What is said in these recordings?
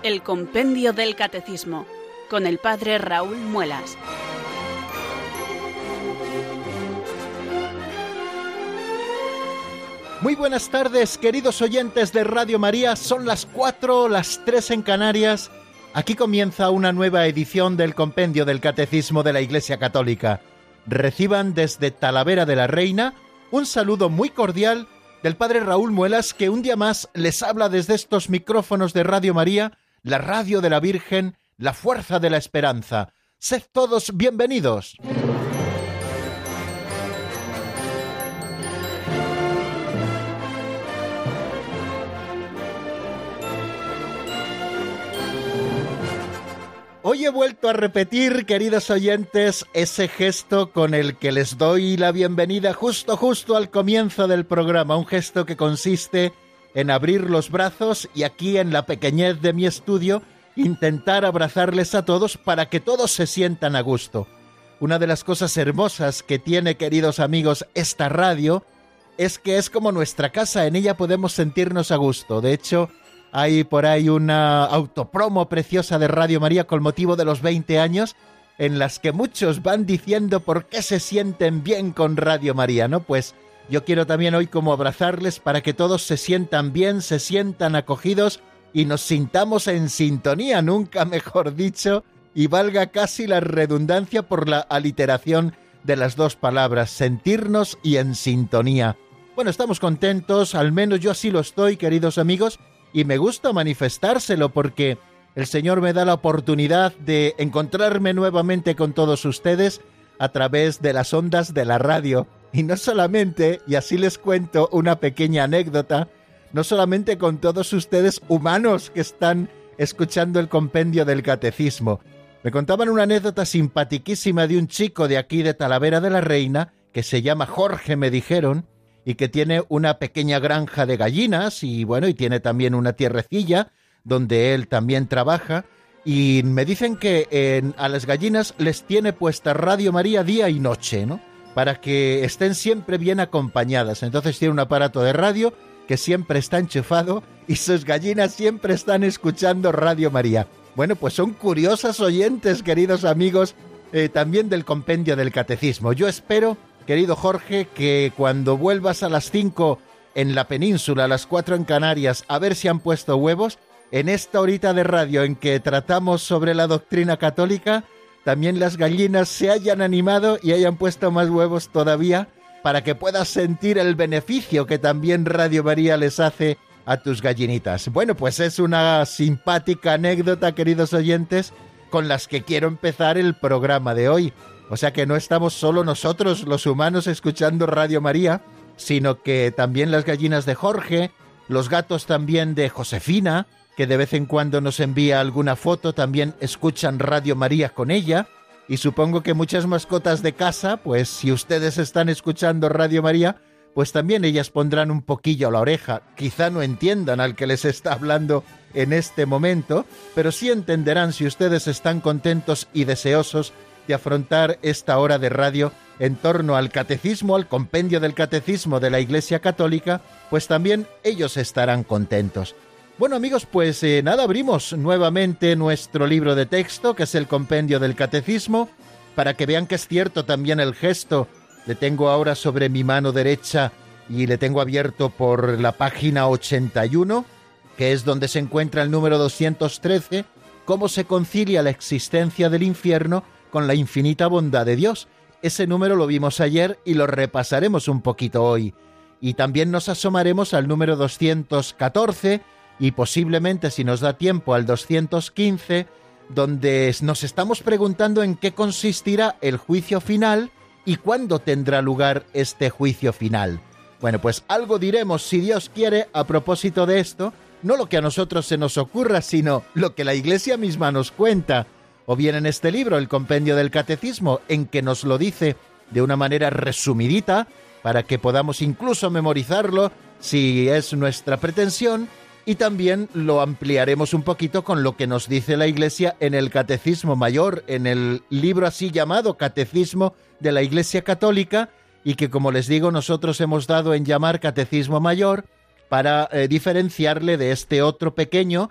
El Compendio del Catecismo, con el Padre Raúl Muelas. Muy buenas tardes, queridos oyentes de Radio María. Son las 4, las 3 en Canarias. Aquí comienza una nueva edición del Compendio del Catecismo de la Iglesia Católica. Reciban desde Talavera de la Reina un saludo muy cordial del Padre Raúl Muelas, que un día más les habla desde estos micrófonos de Radio María, la radio de la Virgen, la fuerza de la esperanza. Sed todos bienvenidos. Hoy he vuelto a repetir, queridos oyentes, ese gesto con el que les doy la bienvenida justo al comienzo del programa, un gesto que consiste en abrir los brazos y aquí en la pequeñez de mi estudio intentar abrazarles a todos para que todos se sientan a gusto. Una de las cosas hermosas que tiene, queridos amigos, esta radio es que es como nuestra casa, en ella podemos sentirnos a gusto. De hecho, hay por ahí una autopromo preciosa de Radio María con motivo de los 20 años, en las que muchos van diciendo por qué se sienten bien con Radio María, ¿no? Pues yo quiero también hoy como abrazarles para que todos se sientan bien, se sientan acogidos y nos sintamos en sintonía, nunca mejor dicho, y valga casi la redundancia por la aliteración de las dos palabras, sentirnos y en sintonía. Bueno, estamos contentos, al menos yo así lo estoy, queridos amigos, y me gusta manifestárselo porque el Señor me da la oportunidad de encontrarme nuevamente con todos ustedes a través de las ondas de la radio. Y no solamente, y así les cuento una pequeña anécdota, no solamente con todos ustedes humanos que están escuchando el compendio del catecismo. Me contaban una anécdota simpatiquísima de un chico de aquí de Talavera de la Reina, que se llama Jorge, me dijeron, y que tiene una pequeña granja de gallinas y bueno, y tiene también una tierrecilla donde él también trabaja, y me dicen que a las gallinas les tiene puesta Radio María día y noche, ¿no? Para que estén siempre bien acompañadas. Entonces tiene un aparato de radio que siempre está enchufado y sus gallinas siempre están escuchando Radio María. Bueno, pues son curiosas oyentes, queridos amigos, también del compendio del catecismo. Yo espero, querido Jorge, que cuando vuelvas a las 5 en la península, a las 4 en Canarias, a ver si han puesto huevos, en esta horita de radio en que tratamos sobre la doctrina católica, también las gallinas se hayan animado y hayan puesto más huevos todavía para que puedas sentir el beneficio que también Radio María les hace a tus gallinitas. Bueno, pues es una simpática anécdota, queridos oyentes, con las que quiero empezar el programa de hoy. O sea que no estamos solo nosotros, los humanos, escuchando Radio María, sino que también las gallinas de Jorge, los gatos también de Josefina, que de vez en cuando nos envía alguna foto, también escuchan Radio María con ella, y supongo que muchas mascotas de casa, pues si ustedes están escuchando Radio María, pues también ellas pondrán un poquillo la oreja. Quizá no entiendan al que les está hablando en este momento, pero sí entenderán si ustedes están contentos y deseosos de afrontar esta hora de radio en torno al catecismo, al compendio del catecismo de la Iglesia Católica, pues también ellos estarán contentos. Bueno, amigos, pues nada, abrimos nuevamente nuestro libro de texto, que es el compendio del catecismo, para que vean que es cierto también el gesto. Le tengo ahora sobre mi mano derecha y le tengo abierto por la página 81, que es donde se encuentra el número 213, cómo se concilia la existencia del infierno con la infinita bondad de Dios. Ese número lo vimos ayer y lo repasaremos un poquito hoy. Y también nos asomaremos al número 214 y posiblemente, si nos da tiempo, al 215, donde nos estamos preguntando en qué consistirá el juicio final y cuándo tendrá lugar este juicio final. Bueno, pues algo diremos, si Dios quiere, a propósito de esto, no lo que a nosotros se nos ocurra, sino lo que la Iglesia misma nos cuenta, o bien en este libro, el compendio del catecismo, en que nos lo dice de una manera resumidita, para que podamos incluso memorizarlo, si es nuestra pretensión, y también lo ampliaremos un poquito con lo que nos dice la Iglesia en el Catecismo Mayor, en el libro así llamado Catecismo de la Iglesia Católica, y que, como les digo, nosotros hemos dado en llamar Catecismo Mayor para diferenciarle de este otro pequeño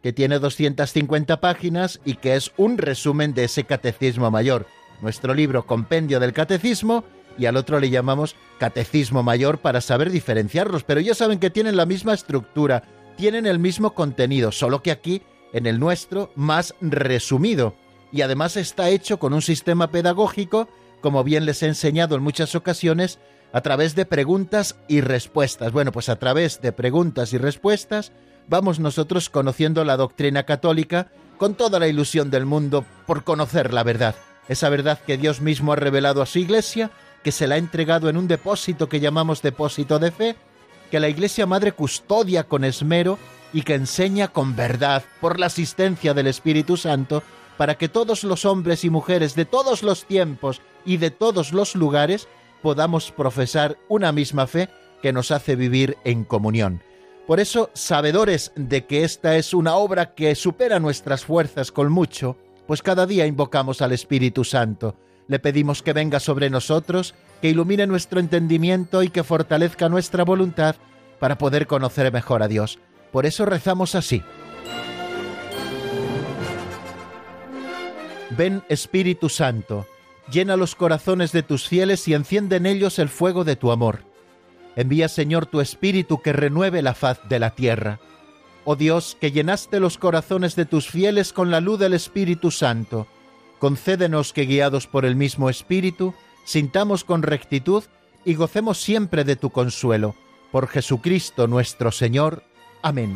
que tiene 250 páginas y que es un resumen de ese Catecismo Mayor. Nuestro libro Compendio del Catecismo, y al otro le llamamos Catecismo Mayor para saber diferenciarlos, pero ya saben que tienen la misma estructura, tienen el mismo contenido, solo que aquí, en el nuestro, más resumido. Y además está hecho con un sistema pedagógico, como bien les he enseñado en muchas ocasiones, a través de preguntas y respuestas. Bueno, pues a través de preguntas y respuestas vamos nosotros conociendo la doctrina católica con toda la ilusión del mundo por conocer la verdad. Esa verdad que Dios mismo ha revelado a su Iglesia, que se la ha entregado en un depósito que llamamos depósito de fe, que la Iglesia Madre custodia con esmero y que enseña con verdad por la asistencia del Espíritu Santo para que todos los hombres y mujeres de todos los tiempos y de todos los lugares podamos profesar una misma fe que nos hace vivir en comunión. Por eso, sabedores de que esta es una obra que supera nuestras fuerzas con mucho, pues cada día invocamos al Espíritu Santo. Le pedimos que venga sobre nosotros, que ilumine nuestro entendimiento y que fortalezca nuestra voluntad para poder conocer mejor a Dios. Por eso rezamos así. Ven, Espíritu Santo, llena los corazones de tus fieles y enciende en ellos el fuego de tu amor. Envía, Señor, tu Espíritu que renueve la faz de la tierra. Oh Dios, que llenaste los corazones de tus fieles con la luz del Espíritu Santo, concédenos que, guiados por el mismo Espíritu, sintamos con rectitud y gocemos siempre de tu consuelo. Por Jesucristo nuestro Señor. Amén.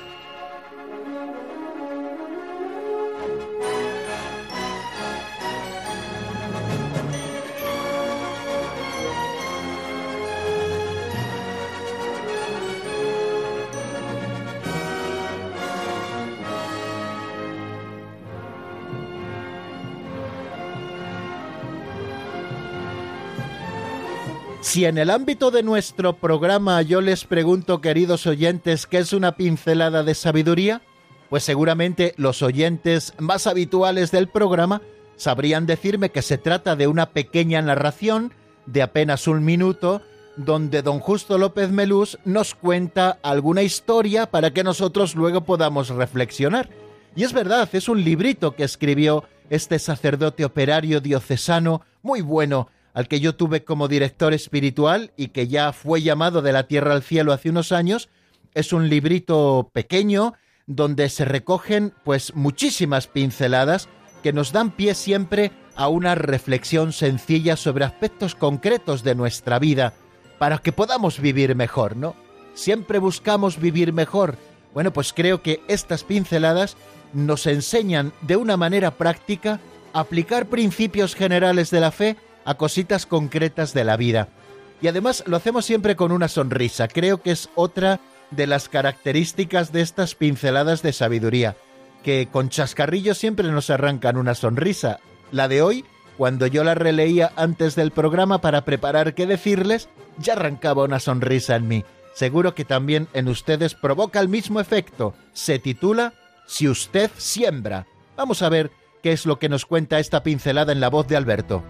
Si en el ámbito de nuestro programa yo les pregunto, queridos oyentes, ¿qué es una pincelada de sabiduría? Pues seguramente los oyentes más habituales del programa sabrían decirme que se trata de una pequeña narración de apenas un minuto, donde don Justo López Melús nos cuenta alguna historia para que nosotros luego podamos reflexionar. Y es verdad, es un librito que escribió este sacerdote operario diocesano muy bueno, al que yo tuve como director espiritual y que ya fue llamado de la tierra al cielo hace unos años. Es un librito pequeño donde se recogen pues muchísimas pinceladas que nos dan pie siempre a una reflexión sencilla sobre aspectos concretos de nuestra vida para que podamos vivir mejor, ¿no? Siempre buscamos vivir mejor. Bueno, pues creo que estas pinceladas nos enseñan de una manera práctica a aplicar principios generales de la fe a cositas concretas de la vida. Y además lo hacemos siempre con una sonrisa. Creo que es otra de las características de estas pinceladas de sabiduría, que con chascarrillos siempre nos arrancan una sonrisa. La de hoy, cuando yo la releía antes del programa para preparar qué decirles, ya arrancaba una sonrisa en mí. Seguro que también en ustedes provoca el mismo efecto. Se titula Si usted siembra. Vamos a ver qué es lo que nos cuenta esta pincelada en la voz de Alberto.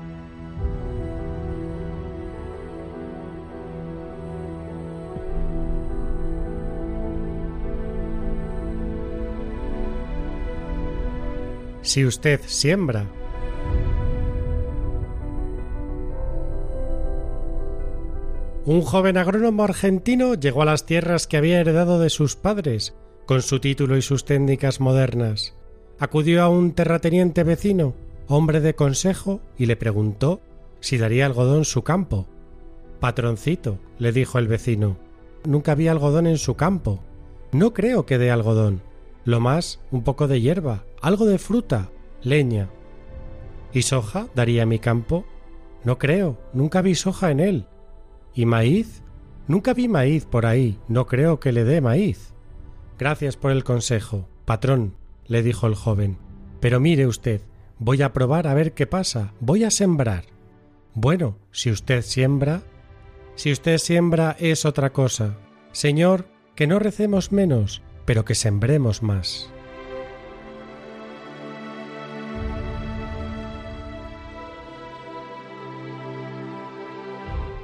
Si usted siembra. Un joven agrónomo argentino llegó a las tierras que había heredado de sus padres, con su título y sus técnicas modernas. Acudió a un terrateniente vecino, hombre de consejo, y le preguntó si daría algodón su campo. «Patroncito», le dijo el vecino, «nunca había algodón en su campo. No creo que dé algodón. Lo más, un poco de hierba, algo de fruta, leña». «¿Y soja daría mi campo?» «No creo, nunca vi soja en él». «¿Y maíz?» «Nunca vi maíz por ahí, no creo que le dé maíz». «Gracias por el consejo, patrón», le dijo el joven. «Pero mire usted, voy a probar a ver qué pasa, voy a sembrar». «Bueno, si usted siembra...» «Si usted siembra es otra cosa. Señor, que no recemos menos, pero que sembremos más».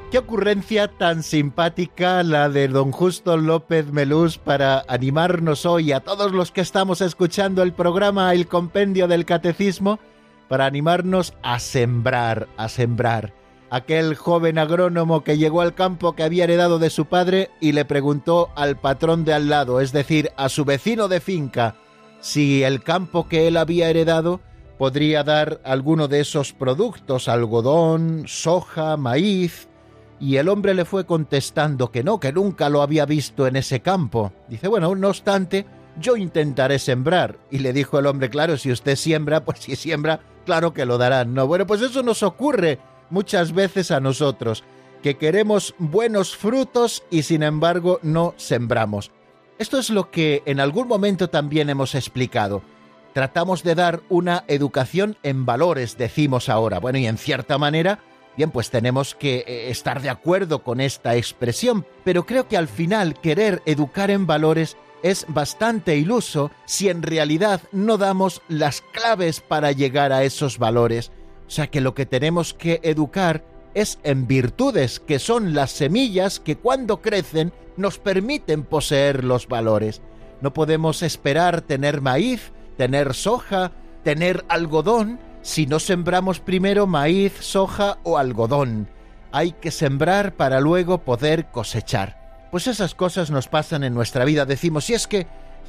Qué ocurrencia tan simpática la de don Justo López Melús para animarnos hoy a todos los que estamos escuchando el programa El Compendio del Catecismo, para animarnos a sembrar, a sembrar. Aquel joven agrónomo que llegó al campo que había heredado de su padre y le preguntó al patrón de al lado, es decir, a su vecino de finca, si el campo que él había heredado podría dar alguno de esos productos, algodón, soja, maíz. Y el hombre le fue contestando que no, que nunca lo había visto en ese campo. Dice, bueno, no obstante, yo intentaré sembrar. Y le dijo el hombre, claro, si usted siembra, pues si siembra, claro que lo darán, ¿no? Bueno, pues eso nos ocurre muchas veces a nosotros, que queremos buenos frutos y sin embargo no sembramos. Esto es lo que en algún momento también hemos explicado. Tratamos de dar una educación en valores, decimos ahora. Bueno, y en cierta manera, bien, pues tenemos que estar de acuerdo con esta expresión, pero creo que al final querer educar en valores es bastante iluso si en realidad no damos las claves para llegar a esos valores. O sea que lo que tenemos que educar es en virtudes, que son las semillas que cuando crecen nos permiten poseer los valores. No podemos esperar tener maíz, tener soja, tener algodón, si no sembramos primero maíz, soja o algodón. Hay que sembrar para luego poder cosechar. Pues esas cosas nos pasan en nuestra vida. Decimos, si es que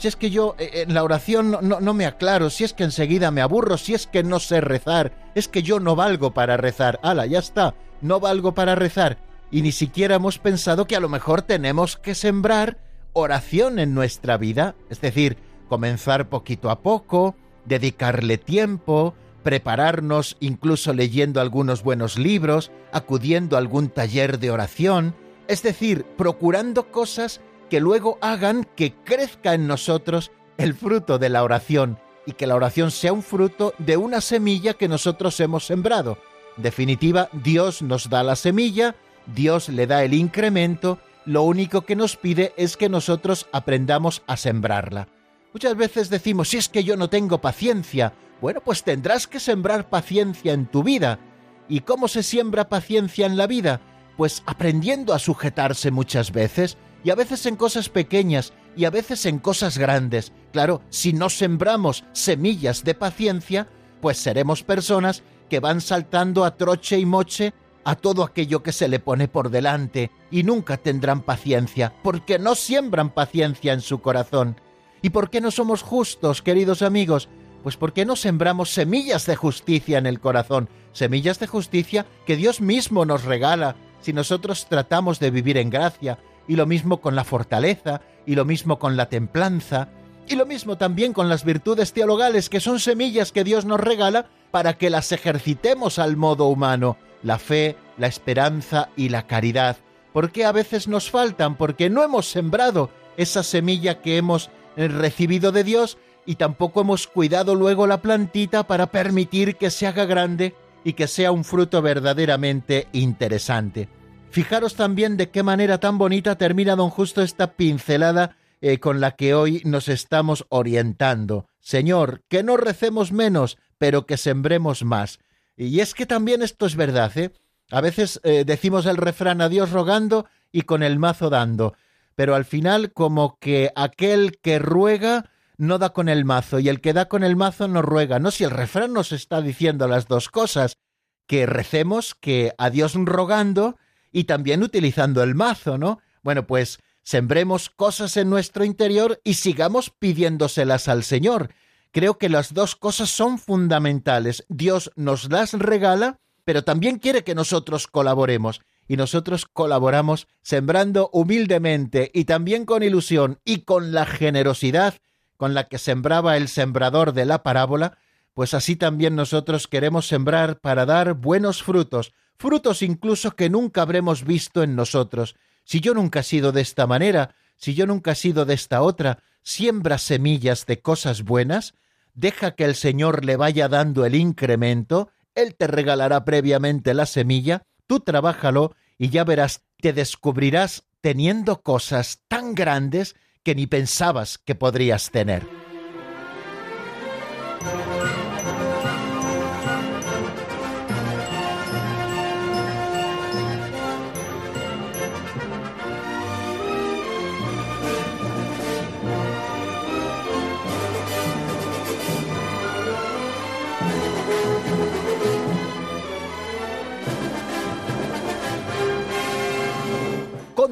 yo en la oración no me aclaro, si es que enseguida me aburro, si es que no sé rezar, es que yo no valgo para rezar. ¡Hala, ya está! No valgo para rezar. Y ni siquiera hemos pensado que a lo mejor tenemos que sembrar oración en nuestra vida. Es decir, comenzar poquito a poco, dedicarle tiempo, prepararnos incluso leyendo algunos buenos libros, acudiendo a algún taller de oración, es decir, procurando cosas que luego hagan que crezca en nosotros el fruto de la oración y que la oración sea un fruto de una semilla que nosotros hemos sembrado. En definitiva, Dios nos da la semilla, Dios le da el incremento, lo único que nos pide es que nosotros aprendamos a sembrarla. Muchas veces decimos, si es que yo no tengo paciencia. Bueno, pues tendrás que sembrar paciencia en tu vida. ¿Y cómo se siembra paciencia en la vida? Pues aprendiendo a sujetarse muchas veces, y a veces en cosas pequeñas, y a veces en cosas grandes. Claro, si no sembramos semillas de paciencia, pues seremos personas que van saltando a troche y moche a todo aquello que se le pone por delante, y nunca tendrán paciencia, porque no siembran paciencia en su corazón. ¿Y por qué no somos justos, queridos amigos? Pues porque no sembramos semillas de justicia en el corazón, semillas de justicia que Dios mismo nos regala si nosotros tratamos de vivir en gracia, y lo mismo con la fortaleza, y lo mismo con la templanza, y lo mismo también con las virtudes teologales, que son semillas que Dios nos regala para que las ejercitemos al modo humano, la fe, la esperanza y la caridad. ¿Por qué a veces nos faltan? Porque no hemos sembrado esa semilla que hemos recibido de Dios, y tampoco hemos cuidado luego la plantita para permitir que se haga grande y que sea un fruto verdaderamente interesante. Fijaros también de qué manera tan bonita termina don Justo esta pincelada con la que hoy nos estamos orientando. Señor, que no recemos menos, pero que sembremos más. Y es que también esto es verdad, ¿eh? A veces decimos el refrán, a Dios rogando y con el mazo dando, pero al final como que aquel que ruega no da con el mazo, y el que da con el mazo no ruega. No, si el refrán nos está diciendo las dos cosas, que recemos, que a Dios rogando y también utilizando el mazo, ¿no? Bueno, pues sembremos cosas en nuestro interior y sigamos pidiéndoselas al Señor. Creo que las dos cosas son fundamentales. Dios nos las regala, pero también quiere que nosotros colaboremos. Y nosotros colaboramos sembrando humildemente y también con ilusión y con la generosidad con la que sembraba el sembrador de la parábola, pues así también nosotros queremos sembrar para dar buenos frutos, frutos incluso que nunca habremos visto en nosotros. Si yo nunca he sido de esta manera, si yo nunca he sido de esta otra, siembra semillas de cosas buenas, deja que el Señor le vaya dando el incremento, Él te regalará previamente la semilla, tú trabájalo y ya verás, te descubrirás teniendo cosas tan grandes que ni pensabas que podrías tener.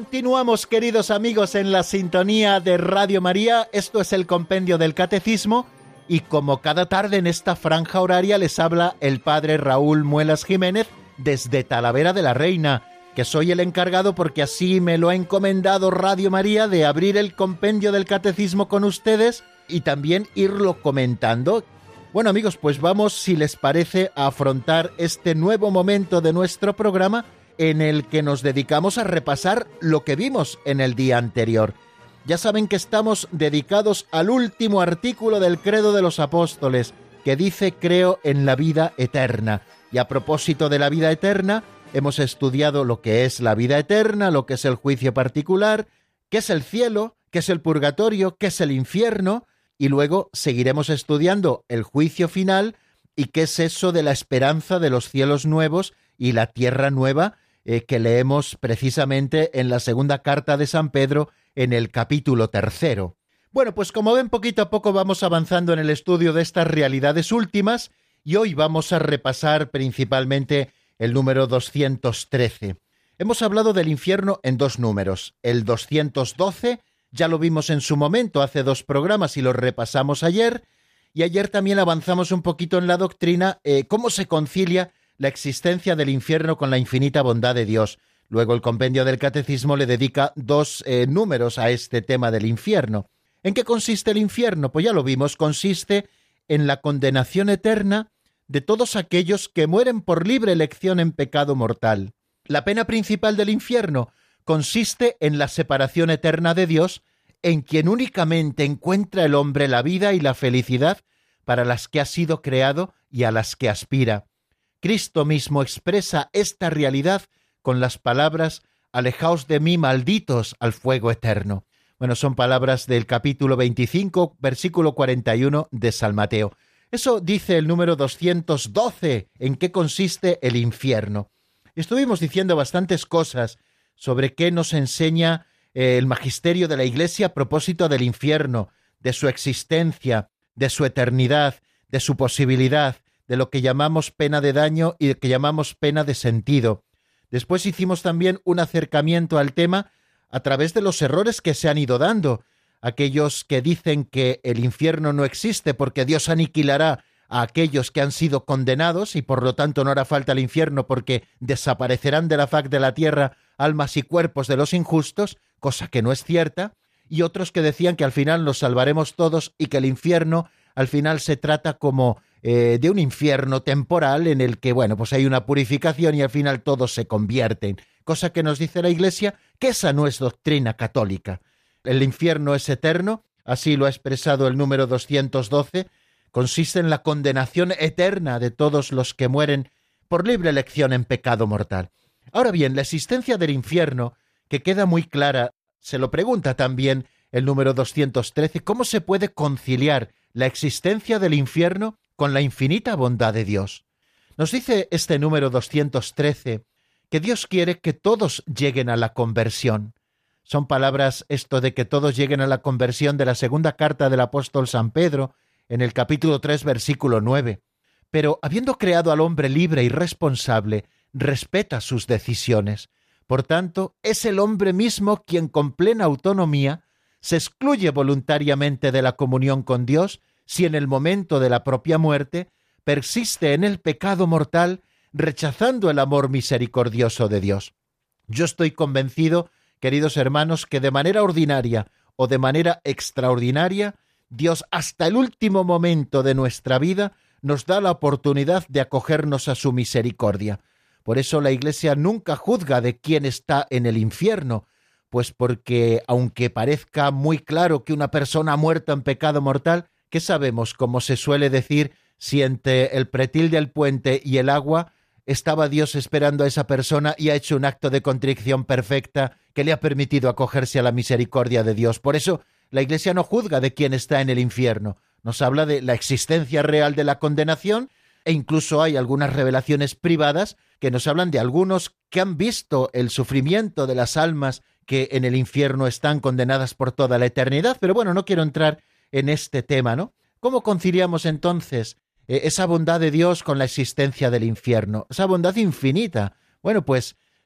Continuamos, queridos amigos, en la sintonía de Radio María. Esto es el Compendio del Catecismo y como cada tarde en esta franja horaria les habla el padre Raúl Muelas Jiménez desde Talavera de la Reina, que soy el encargado porque así me lo ha encomendado Radio María de abrir el Compendio del Catecismo con ustedes y también irlo comentando. Bueno, amigos, pues vamos, si les parece, a afrontar este nuevo momento de nuestro programa en el que nos dedicamos a repasar lo que vimos en el día anterior. Ya saben que estamos dedicados al último artículo del Credo de los Apóstoles, que dice creo en la vida eterna. Y a propósito de la vida eterna, hemos estudiado lo que es la vida eterna, lo que es el juicio particular, qué es el cielo, qué es el purgatorio, qué es el infierno, y luego seguiremos estudiando el juicio final y qué es eso de la esperanza de los cielos nuevos y la tierra nueva, que leemos precisamente en la segunda carta de San Pedro en el capítulo 3. Bueno, pues como ven, poquito a poco vamos avanzando en el estudio de estas realidades últimas y hoy vamos a repasar principalmente el número 213. Hemos hablado del infierno en dos números. El 212 ya lo vimos en su momento hace 2 programas y lo repasamos ayer, y ayer también avanzamos un poquito en la doctrina, cómo se concilia la existencia del infierno con la infinita bondad de Dios. Luego el compendio del Catecismo le dedica 2 números a este tema del infierno. ¿En qué consiste el infierno? Pues ya lo vimos, consiste en la condenación eterna de todos aquellos que mueren por libre elección en pecado mortal. La pena principal del infierno consiste en la separación eterna de Dios, en quien únicamente encuentra el hombre la vida y la felicidad para las que ha sido creado y a las que aspira. Cristo mismo expresa esta realidad con las palabras «Alejaos de mí, malditos, al fuego eterno». Bueno, son palabras del capítulo 25, versículo 41 de San Mateo. Eso dice el número 212, en qué consiste el infierno. Estuvimos diciendo bastantes cosas sobre qué nos enseña el magisterio de la Iglesia a propósito del infierno, de su existencia, de su eternidad, de su posibilidad, de lo que llamamos pena de daño y de lo que llamamos pena de sentido. Después hicimos también un acercamiento al tema a través de los errores que se han ido dando. Aquellos que dicen que el infierno no existe porque Dios aniquilará a aquellos que han sido condenados y por lo tanto no hará falta el infierno porque desaparecerán de la faz de la tierra almas y cuerpos de los injustos, cosa que no es cierta, y otros que decían que al final nos salvaremos todos y que el infierno al final se trata como de un infierno temporal en el que, bueno, pues hay una purificación y al final todos se convierten, cosa que nos dice la Iglesia que esa no es doctrina católica. El infierno es eterno, así lo ha expresado el número 212, consiste en la condenación eterna de todos los que mueren por libre elección en pecado mortal. Ahora bien, la existencia del infierno, que queda muy clara, se lo pregunta también el número 213, ¿cómo se puede conciliar la existencia del infierno con la infinita bondad de Dios? Nos dice este número 213 que Dios quiere que todos lleguen a la conversión. Son palabras esto de que todos lleguen a la conversión de la segunda carta del apóstol San Pedro, en el capítulo 3, versículo 9. Pero habiendo creado al hombre libre y responsable, respeta sus decisiones. Por tanto, es el hombre mismo quien con plena autonomía se excluye voluntariamente de la comunión con Dios si en el momento de la propia muerte persiste en el pecado mortal, rechazando el amor misericordioso de Dios. Yo estoy convencido, queridos hermanos, que de manera ordinaria o de manera extraordinaria, Dios hasta el último momento de nuestra vida nos da la oportunidad de acogernos a su misericordia. Por eso la Iglesia nunca juzga de quién está en el infierno, pues porque, aunque parezca muy claro que una persona ha muerto en pecado mortal, ¿qué sabemos, como se suele decir, si entre el pretil del puente y el agua estaba Dios esperando a esa persona y ha hecho un acto de contrición perfecta que le ha permitido acogerse a la misericordia de Dios? Por eso la Iglesia no juzga de quién está en el infierno, nos habla de la existencia real de la condenación e incluso hay algunas revelaciones privadas que nos hablan de algunos que han visto el sufrimiento de las almas que en el infierno están condenadas por toda la eternidad. Pero bueno, no quiero entrar en este tema, ¿no? ¿Cómo conciliamos entonces esa bondad de Dios con la existencia del infierno? Esa bondad infinita. Bueno, pues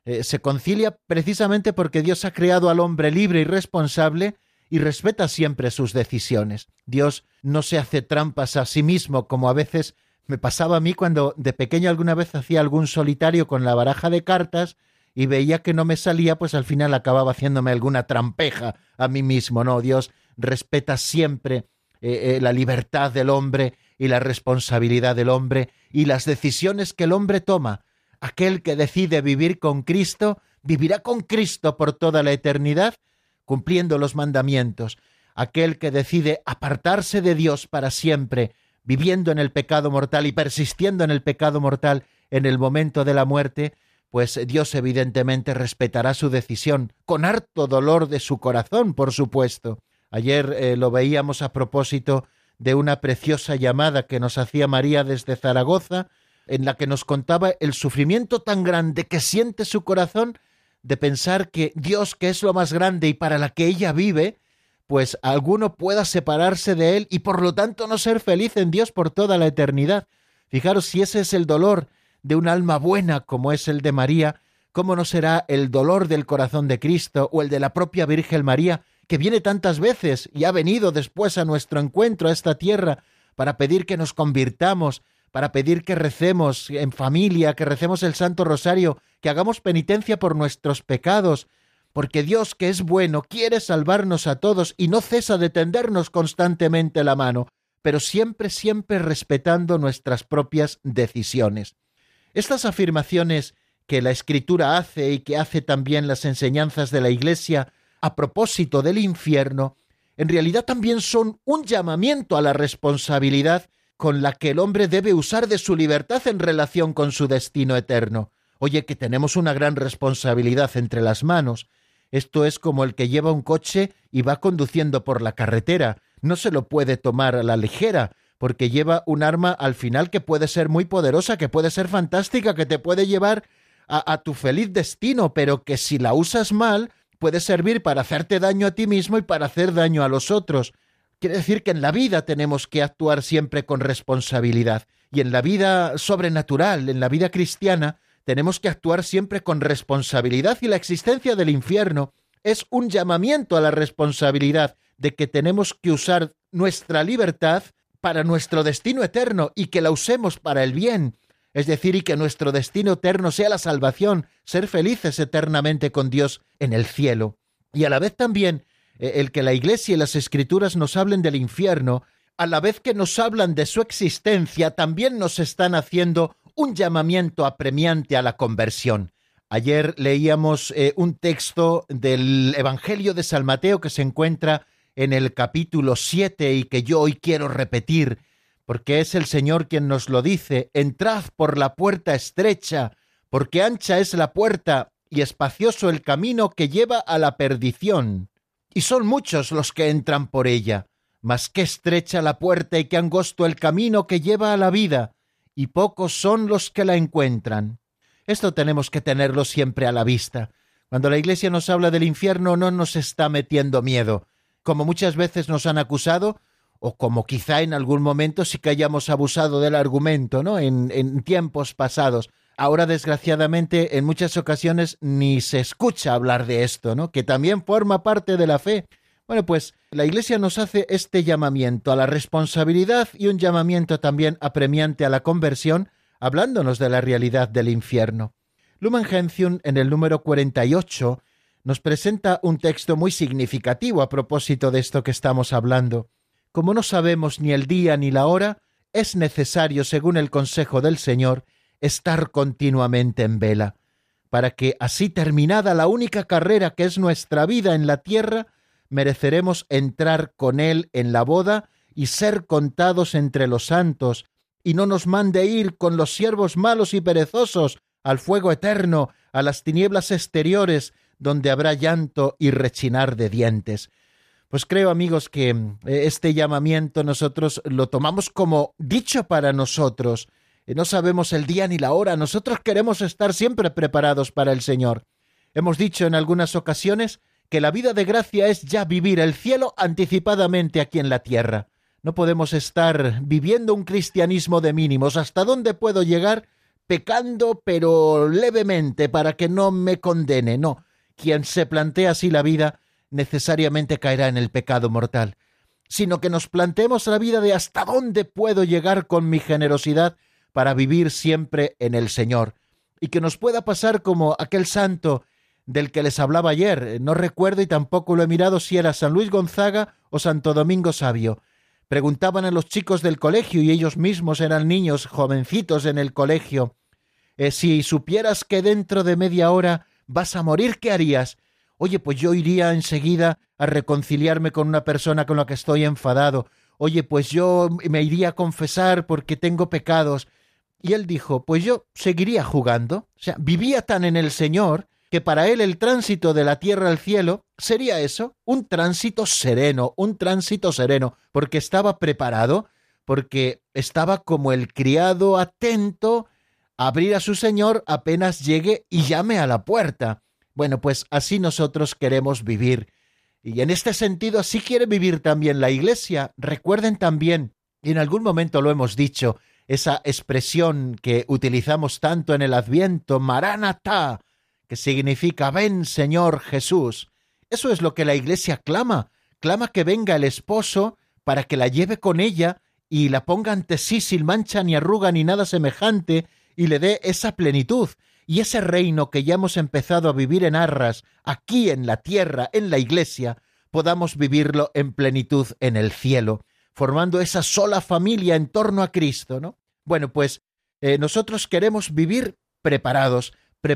Se concilia precisamente porque Dios ha creado al hombre libre y responsable y respeta siempre sus decisiones. Dios no se hace trampas a sí mismo, como a veces me pasaba a mí cuando de pequeño alguna vez hacía algún solitario con la baraja de cartas y veía que no me salía, pues al final acababa haciéndome alguna trampeja a mí mismo. No, Dios respeta siempre la libertad del hombre y la responsabilidad del hombre y las decisiones que el hombre toma. Aquel que decide vivir con Cristo, vivirá con Cristo por toda la eternidad, cumpliendo los mandamientos. Aquel que decide apartarse de Dios para siempre, viviendo en el pecado mortal y persistiendo en el pecado mortal en el momento de la muerte, pues Dios evidentemente respetará su decisión, con harto dolor de su corazón, por supuesto. Ayer lo veíamos a propósito de una preciosa llamada que nos hacía María desde Zaragoza, en la que nos contaba el sufrimiento tan grande que siente su corazón de pensar que Dios, que es lo más grande y para la que ella vive, pues alguno pueda separarse de él y por lo tanto no ser feliz en Dios por toda la eternidad. Fijaros, si ese es el dolor de un alma buena como es el de María, ¿cómo no será el dolor del corazón de Cristo o el de la propia Virgen María, que viene tantas veces y ha venido después a nuestro encuentro a esta tierra para pedir que nos convirtamos, para pedir que recemos en familia, que recemos el Santo Rosario, que hagamos penitencia por nuestros pecados, porque Dios, que es bueno, quiere salvarnos a todos y no cesa de tendernos constantemente la mano, pero siempre, siempre respetando nuestras propias decisiones. Estas afirmaciones que la Escritura hace y que hace también las enseñanzas de la Iglesia a propósito del infierno, en realidad también son un llamamiento a la responsabilidad con la que el hombre debe usar de su libertad en relación con su destino eterno. Oye, que tenemos una gran responsabilidad entre las manos. Esto es como el que lleva un coche y va conduciendo por la carretera. No se lo puede tomar a la ligera, porque lleva un arma al final que puede ser muy poderosa, que puede ser fantástica, que te puede llevar a tu feliz destino, pero que si la usas mal, puede servir para hacerte daño a ti mismo y para hacer daño a los otros. Quiere decir que en la vida tenemos que actuar siempre con responsabilidad. Y en la vida sobrenatural, en la vida cristiana, tenemos que actuar siempre con responsabilidad. Y la existencia del infierno es un llamamiento a la responsabilidad de que tenemos que usar nuestra libertad para nuestro destino eterno y que la usemos para el bien. Es decir, y que nuestro destino eterno sea la salvación, ser felices eternamente con Dios en el cielo. Y a la vez también el que la Iglesia y las Escrituras nos hablen del infierno, a la vez que nos hablan de su existencia, también nos están haciendo un llamamiento apremiante a la conversión. Ayer leíamos un texto del Evangelio de San Mateo que se encuentra en el capítulo 7 y que yo hoy quiero repetir, porque es el Señor quien nos lo dice: entrad por la puerta estrecha, porque ancha es la puerta y espacioso el camino que lleva a la perdición. Y son muchos los que entran por ella, mas qué estrecha la puerta y qué angosto el camino que lleva a la vida, y pocos son los que la encuentran. Esto tenemos que tenerlo siempre a la vista. Cuando la Iglesia nos habla del infierno no nos está metiendo miedo, como muchas veces nos han acusado, o como quizá en algún momento sí que hayamos abusado del argumento, ¿no? En tiempos pasados. Ahora, desgraciadamente, en muchas ocasiones ni se escucha hablar de esto, ¿no? Que también forma parte de la fe. Bueno, pues la Iglesia nos hace este llamamiento a la responsabilidad y un llamamiento también apremiante a la conversión, hablándonos de la realidad del infierno. Lumen Gentium, en el número 48, nos presenta un texto muy significativo a propósito de esto que estamos hablando. Como no sabemos ni el día ni la hora, es necesario, según el consejo del Señor, estar continuamente en vela, para que, así terminada la única carrera que es nuestra vida en la tierra, mereceremos entrar con Él en la boda y ser contados entre los santos, y no nos mande ir con los siervos malos y perezosos al fuego eterno, a las tinieblas exteriores, donde habrá llanto y rechinar de dientes. Pues creo, amigos, que este llamamiento nosotros lo tomamos como dicho para nosotros. No sabemos el día ni la hora. Nosotros queremos estar siempre preparados para el Señor. Hemos dicho en algunas ocasiones que la vida de gracia es ya vivir el cielo anticipadamente aquí en la tierra. No podemos estar viviendo un cristianismo de mínimos. ¿Hasta dónde puedo llegar? pecando, pero levemente, para que no me condene. No, quien se plantea así la vida necesariamente caerá en el pecado mortal, sino que nos planteemos la vida de hasta dónde puedo llegar con mi generosidad para vivir siempre en el Señor, y que nos pueda pasar como aquel santo del que les hablaba ayer. No recuerdo y tampoco lo he mirado si era San Luis Gonzaga o Santo Domingo Savio. Preguntaban a los chicos del colegio, y ellos mismos eran niños jovencitos en el colegio, si supieras que dentro de media hora vas a morir, ¿qué harías? Oye, pues yo iría enseguida a reconciliarme con una persona con la que estoy enfadado. Oye, pues yo me iría a confesar porque tengo pecados. Y él dijo, pues yo seguiría jugando. O sea, vivía tan en el Señor que para él el tránsito de la tierra al cielo sería eso, un tránsito sereno, porque estaba preparado, porque estaba como el criado atento a abrir a su Señor apenas llegue y llame a la puerta. Bueno, pues así nosotros queremos vivir. Y en este sentido así quiere vivir también la Iglesia. Recuerden también, y en algún momento lo hemos dicho, esa expresión que utilizamos tanto en el Adviento, Maranatá, que significa ven Señor Jesús. Eso es lo que la Iglesia clama que venga el esposo para que la lleve con ella y la ponga ante sí sin mancha ni arruga ni nada semejante, y le dé esa plenitud y ese reino que ya hemos empezado a vivir en arras, aquí en la tierra, en la Iglesia, podamos vivirlo en plenitud en el cielo, formando esa sola familia en torno a Cristo, ¿no? Bueno, pues nosotros queremos vivir preparados,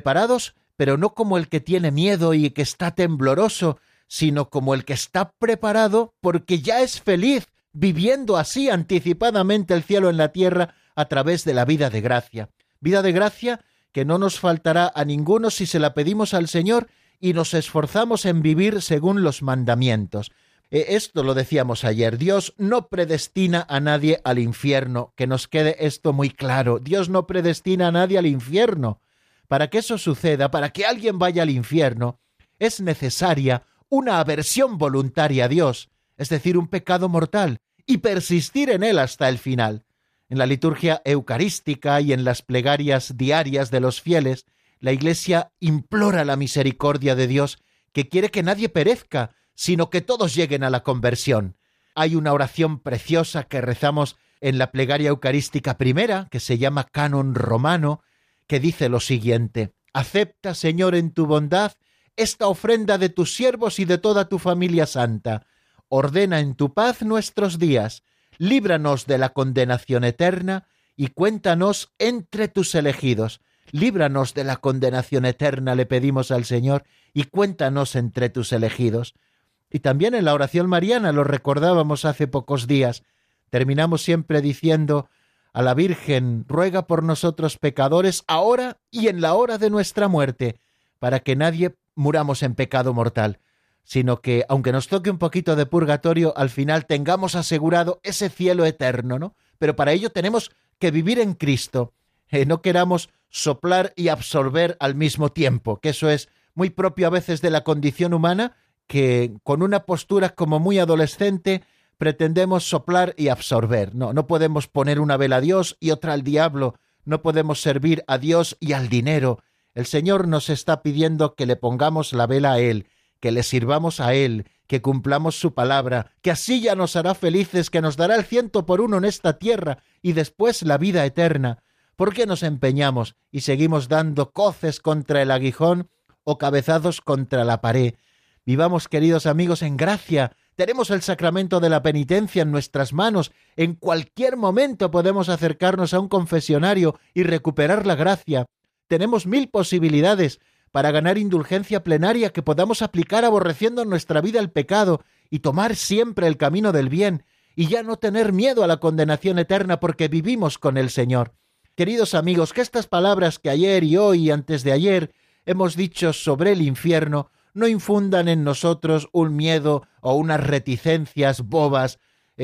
pero no como el que tiene miedo y que está tembloroso, sino como el que está preparado porque ya es feliz, viviendo así anticipadamente el cielo en la tierra a través de la vida de gracia. Vida de gracia que no nos faltará a ninguno si se la pedimos al Señor y nos esforzamos en vivir según los mandamientos. Esto lo decíamos ayer, Dios no predestina a nadie al infierno, que nos quede esto muy claro. Dios no predestina a nadie al infierno. Para que eso suceda, para que alguien vaya al infierno, es necesaria una aversión voluntaria a Dios, es decir, un pecado mortal, y persistir en él hasta el final. En la liturgia eucarística y en las plegarias diarias de los fieles, la Iglesia implora la misericordia de Dios, que quiere que nadie perezca, sino que todos lleguen a la conversión. Hay una oración preciosa que rezamos en la plegaria eucarística primera, que se llama Canon Romano, que dice lo siguiente: acepta, Señor, en tu bondad esta ofrenda de tus siervos y de toda tu familia santa. Ordena en tu paz nuestros días. Líbranos de la condenación eterna y cuéntanos entre tus elegidos. Líbranos de la condenación eterna, le pedimos al Señor, y cuéntanos entre tus elegidos. Y también en la oración mariana, lo recordábamos hace pocos días, terminamos siempre diciendo: a la Virgen ruega por nosotros pecadores, ahora y en la hora de nuestra muerte, para que nadie muramos en pecado mortal, sino que, aunque nos toque un poquito de purgatorio, al final tengamos asegurado ese cielo eterno, ¿no? Pero para ello tenemos que vivir en Cristo. No queramos soplar y absorber al mismo tiempo, que eso es muy propio a veces de la condición humana, que con una postura como muy adolescente pretendemos soplar y absorber. No podemos poner una vela a Dios y otra al diablo, no podemos servir a Dios y al dinero. El Señor nos está pidiendo que le pongamos la vela a Él, que le sirvamos a Él, que cumplamos su palabra, que así ya nos hará felices, que nos dará el 100 por 1 en esta tierra y después la vida eterna. ¿Por qué nos empeñamos y seguimos dando coces contra el aguijón o cabezazos contra la pared? Vivamos, queridos amigos, en gracia. Tenemos el sacramento de la penitencia en nuestras manos. En cualquier momento podemos acercarnos a un confesionario y recuperar la gracia. Tenemos 1000 posibilidades para ganar indulgencia plenaria que podamos aplicar aborreciendo en nuestra vida el pecado y tomar siempre el camino del bien y ya no tener miedo a la condenación eterna porque vivimos con el Señor. Queridos amigos, que estas palabras que ayer y hoy y antes de ayer hemos dicho sobre el infierno no infundan en nosotros un miedo o unas reticencias bobas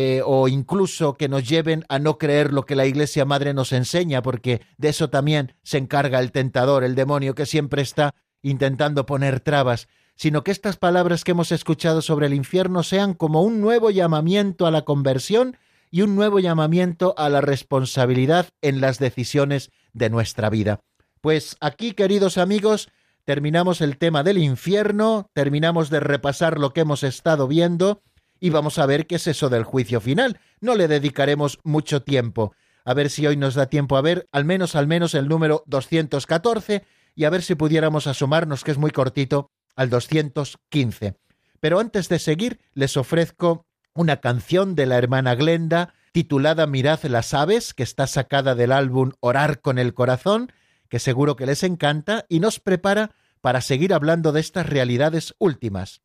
o incluso que nos lleven a no creer lo que la Iglesia Madre nos enseña, porque de eso también se encarga el tentador, el demonio, que siempre está intentando poner trabas, sino que estas palabras que hemos escuchado sobre el infierno sean como un nuevo llamamiento a la conversión y un nuevo llamamiento a la responsabilidad en las decisiones de nuestra vida. Pues aquí, queridos amigos, terminamos el tema del infierno, terminamos de repasar lo que hemos estado viendo y vamos a ver qué es eso del juicio final. No le dedicaremos mucho tiempo. A ver si hoy nos da tiempo a ver al menos el número 214 y a ver si pudiéramos asomarnos, que es muy cortito, al 215. Pero antes de seguir, les ofrezco una canción de la hermana Glenda titulada Mirad las aves, que está sacada del álbum Orar con el corazón, que seguro que les encanta y nos prepara para seguir hablando de estas realidades últimas.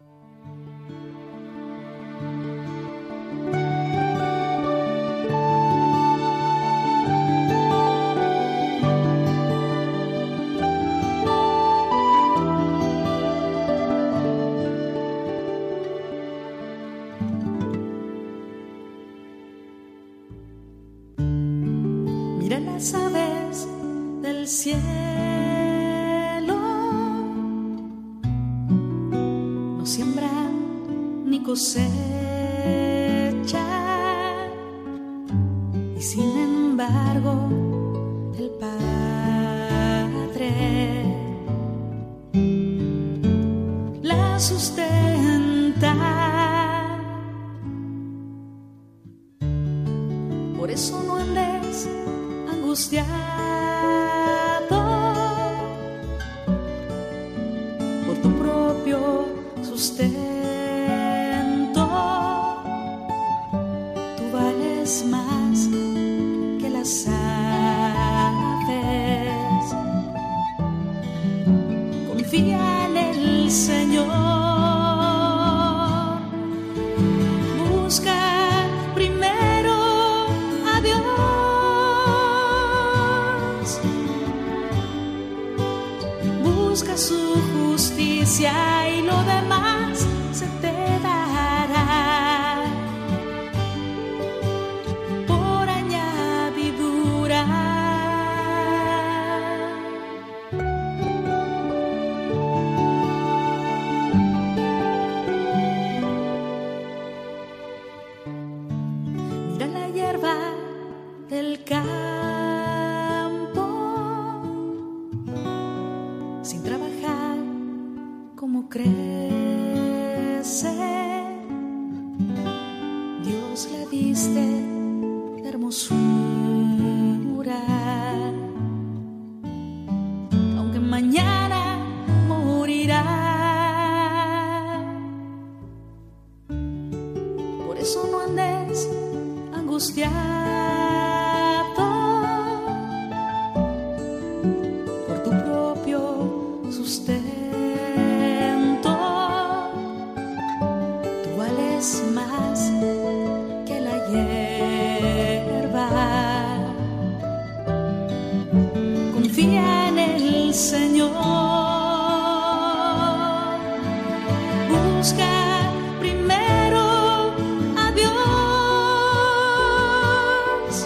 Mira las aves del cielo, no siembran ni cosechan, y sin embargo el Padre la sustenta. Por eso no andes angustiado por tu propio sustento. Tú vales más que las aves. Confía en el Señor. Busca primero a Dios. Busca su justicia y lo demás se te dará por añadidura. Mira la hierba del campo, sin trabajar, como crece. Dios le diste de hermosura, aunque mañana morirá. Por eso no andes angustiado por tu propio sustento. Tú vales más que la hierba. Confía en el Señor. Busca primero a Dios.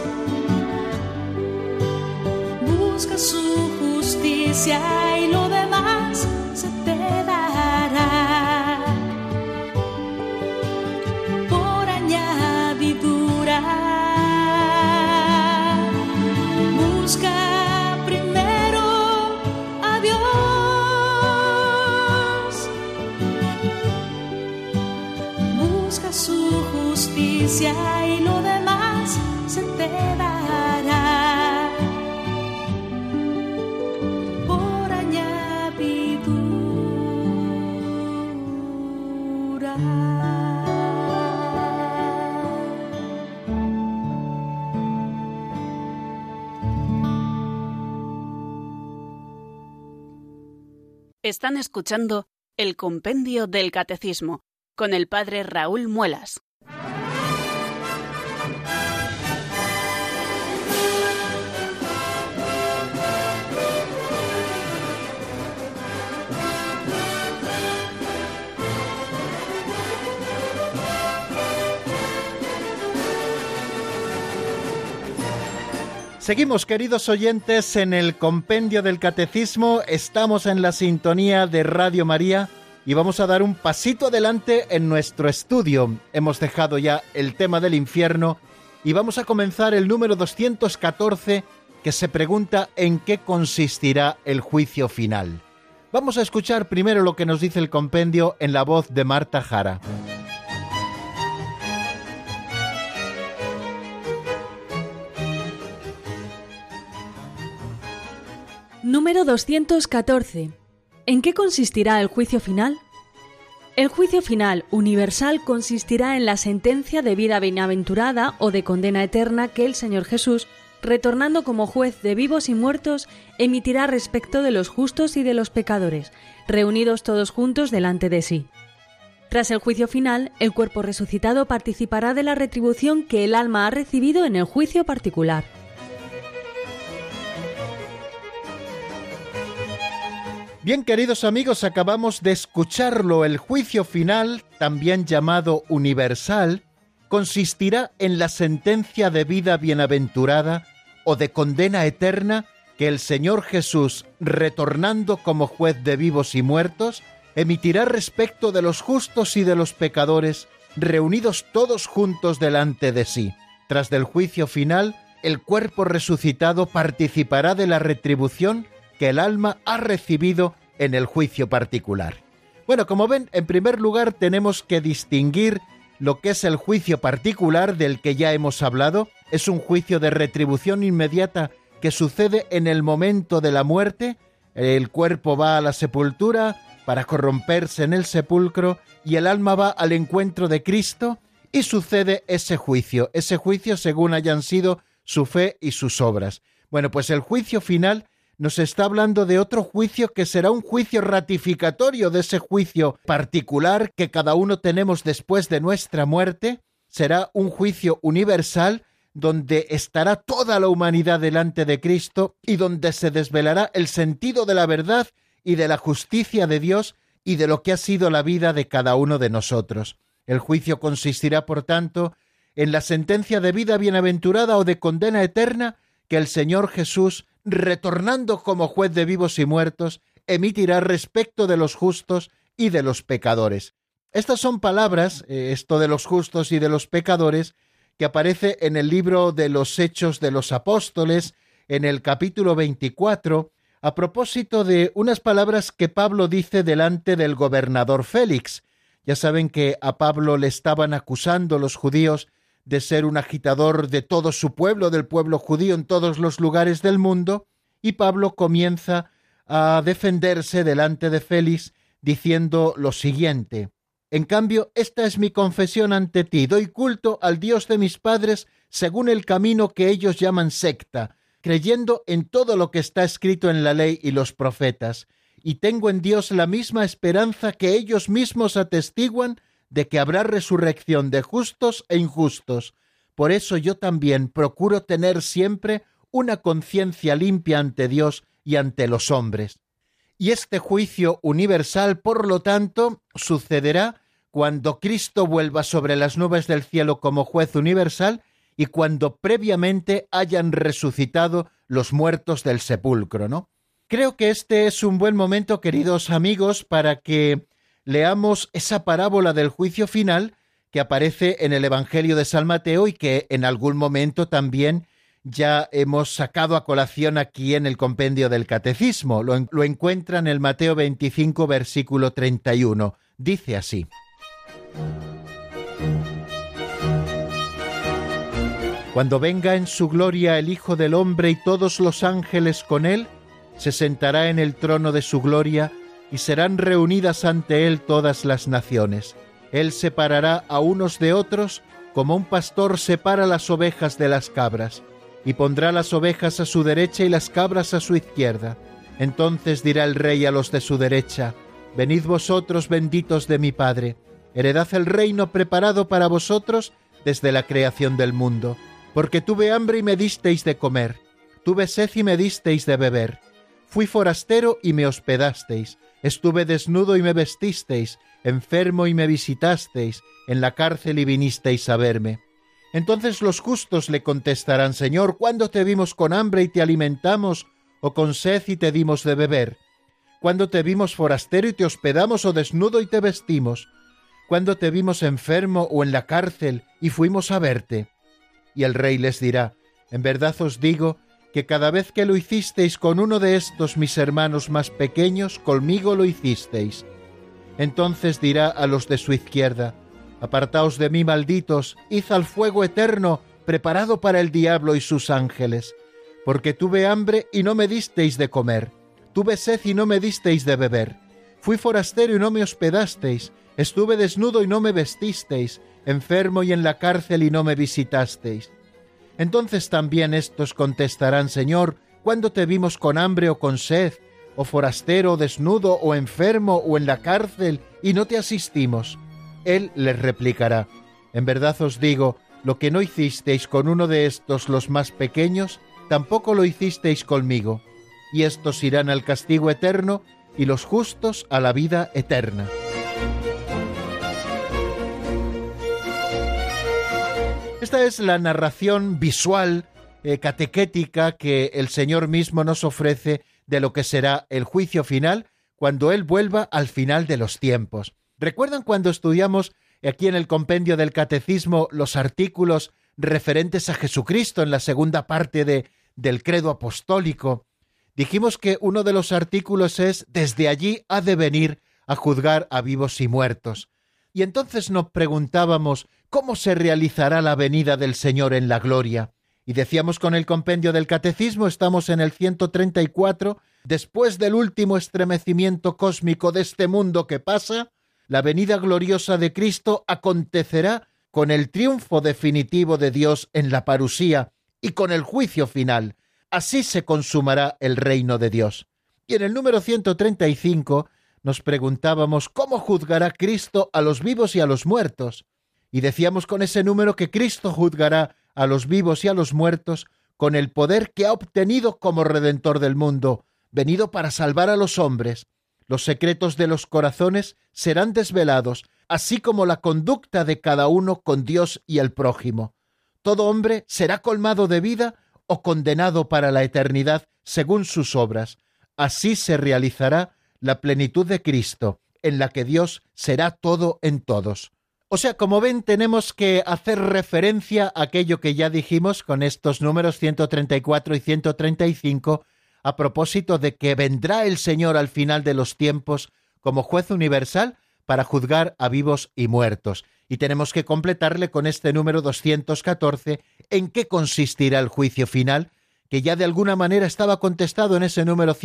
Busca su justicia y lo demás se te dará por añadidura. Busca primero a Dios. Busca su justicia y lo demás se te dará por añadidura. Están escuchando el Compendio del Catecismo con el padre Raúl Muelas. Seguimos, queridos oyentes, en el Compendio del Catecismo. Estamos en la sintonía de Radio María y vamos a dar un pasito adelante en nuestro estudio. Hemos dejado ya el tema del infierno y vamos a comenzar el número 214, que se pregunta en qué consistirá el juicio final. Vamos a escuchar primero lo que nos dice el compendio en la voz de Marta Jara. Número 214. ¿En qué consistirá el juicio final? El juicio final universal consistirá en la sentencia de vida bienaventurada o de condena eterna que el Señor Jesús, retornando como juez de vivos y muertos, emitirá respecto de los justos y de los pecadores, reunidos todos juntos delante de sí. Tras el juicio final, el cuerpo resucitado participará de la retribución que el alma ha recibido en el juicio particular. Bien, queridos amigos, acabamos de escucharlo. El juicio final, también llamado universal, consistirá en la sentencia de vida bienaventurada o de condena eterna que el Señor Jesús, retornando como juez de vivos y muertos, emitirá respecto de los justos y de los pecadores, reunidos todos juntos delante de sí. Tras del juicio final, el cuerpo resucitado participará de la retribución que el alma ha recibido en el juicio particular. Bueno, como ven, en primer lugar tenemos que distinguir lo que es el juicio particular del que ya hemos hablado. Es un juicio de retribución inmediata que sucede en el momento de la muerte. El cuerpo va a la sepultura para corromperse en el sepulcro y el alma va al encuentro de Cristo y sucede ese juicio según hayan sido su fe y sus obras. Bueno, pues el juicio final nos está hablando de otro juicio que será un juicio ratificatorio de ese juicio particular que cada uno tenemos después de nuestra muerte. Será un juicio universal donde estará toda la humanidad delante de Cristo y donde se desvelará el sentido de la verdad y de la justicia de Dios y de lo que ha sido la vida de cada uno de nosotros. El juicio consistirá, por tanto, en la sentencia de vida bienaventurada o de condena eterna que el Señor Jesús, retornando como juez de vivos y muertos, emitirá respecto de los justos y de los pecadores. Estas son palabras, esto de los justos y de los pecadores, que aparece en el libro de los Hechos de los Apóstoles, en el capítulo 24, a propósito de unas palabras que Pablo dice delante del gobernador Félix. Ya saben que a Pablo le estaban acusando los judíos de ser un agitador de todo su pueblo, del pueblo judío en todos los lugares del mundo, y Pablo comienza a defenderse delante de Félix diciendo lo siguiente: en cambio, esta es mi confesión ante ti, doy culto al Dios de mis padres según el camino que ellos llaman secta, creyendo en todo lo que está escrito en la ley y los profetas, y tengo en Dios la misma esperanza que ellos mismos atestiguan de que habrá resurrección de justos e injustos. Por eso yo también procuro tener siempre una conciencia limpia ante Dios y ante los hombres. Y este juicio universal, por lo tanto, sucederá cuando Cristo vuelva sobre las nubes del cielo como juez universal y cuando previamente hayan resucitado los muertos del sepulcro, ¿no? Creo que este es un buen momento, queridos amigos, para que leamos esa parábola del juicio final que aparece en el Evangelio de San Mateo y que en algún momento también ya hemos sacado a colación aquí en el compendio del Catecismo. Lo encuentran en el Mateo 25, versículo 31. Dice así: Cuando venga en su gloria el Hijo del Hombre y todos los ángeles con él, se sentará en el trono de su gloria y serán reunidas ante él todas las naciones. Él separará a unos de otros como un pastor separa las ovejas de las cabras, y pondrá las ovejas a su derecha y las cabras a su izquierda. Entonces dirá el rey a los de su derecha: venid vosotros benditos de mi Padre, heredad el reino preparado para vosotros desde la creación del mundo, porque tuve hambre y me disteis de comer, tuve sed y me disteis de beber, fui forastero y me hospedasteis, estuve desnudo y me vestisteis, enfermo y me visitasteis, en la cárcel y vinisteis a verme. Entonces los justos le contestarán: Señor, ¿cuándo te vimos con hambre y te alimentamos, o con sed y te dimos de beber? ¿Cuándo te vimos forastero y te hospedamos, o desnudo y te vestimos? ¿Cuándo te vimos enfermo o en la cárcel y fuimos a verte? Y el rey les dirá: en verdad os digo que cada vez que lo hicisteis con uno de estos mis hermanos más pequeños, conmigo lo hicisteis. Entonces dirá a los de su izquierda: apartaos de mí, malditos, id al fuego eterno, preparado para el diablo y sus ángeles. Porque tuve hambre y no me disteis de comer, tuve sed y no me disteis de beber, fui forastero y no me hospedasteis, estuve desnudo y no me vestisteis, enfermo y en la cárcel y no me visitasteis. Entonces también estos contestarán: Señor, ¿cuándo te vimos con hambre o con sed, o forastero, o desnudo, o enfermo, o en la cárcel, y no te asistimos? Él les replicará: en verdad os digo, lo que no hicisteis con uno de estos los más pequeños, tampoco lo hicisteis conmigo. Y estos irán al castigo eterno, y los justos a la vida eterna. Esta es la narración visual, catequética, que el Señor mismo nos ofrece de lo que será el juicio final cuando Él vuelva al final de los tiempos. ¿Recuerdan cuando estudiamos aquí en el compendio del Catecismo los artículos referentes a Jesucristo en la segunda parte del credo apostólico? Dijimos que uno de los artículos es: desde allí ha de venir a juzgar a vivos y muertos. Y entonces nos preguntábamos: ¿cómo se realizará la venida del Señor en la gloria? Y decíamos con el compendio del Catecismo, estamos en el 134, después del último estremecimiento cósmico de este mundo que pasa, la venida gloriosa de Cristo acontecerá con el triunfo definitivo de Dios en la parusía y con el juicio final. Así se consumará el reino de Dios. Y en el número 135 nos preguntábamos: ¿cómo juzgará Cristo a los vivos y a los muertos? Y decíamos con ese número que Cristo juzgará a los vivos y a los muertos con el poder que ha obtenido como Redentor del mundo, venido para salvar a los hombres. Los secretos de los corazones serán desvelados, así como la conducta de cada uno con Dios y el prójimo. Todo hombre será colmado de vida o condenado para la eternidad según sus obras. Así se realizará la plenitud de Cristo, en la que Dios será todo en todos. O sea, como ven, tenemos que hacer referencia a aquello que ya dijimos con estos números 134 y 135, a propósito de que vendrá el Señor al final de los tiempos como juez universal para juzgar a vivos y muertos. Y tenemos que completarle con este número 214, en qué consistirá el juicio final, que ya de alguna manera estaba contestado en ese número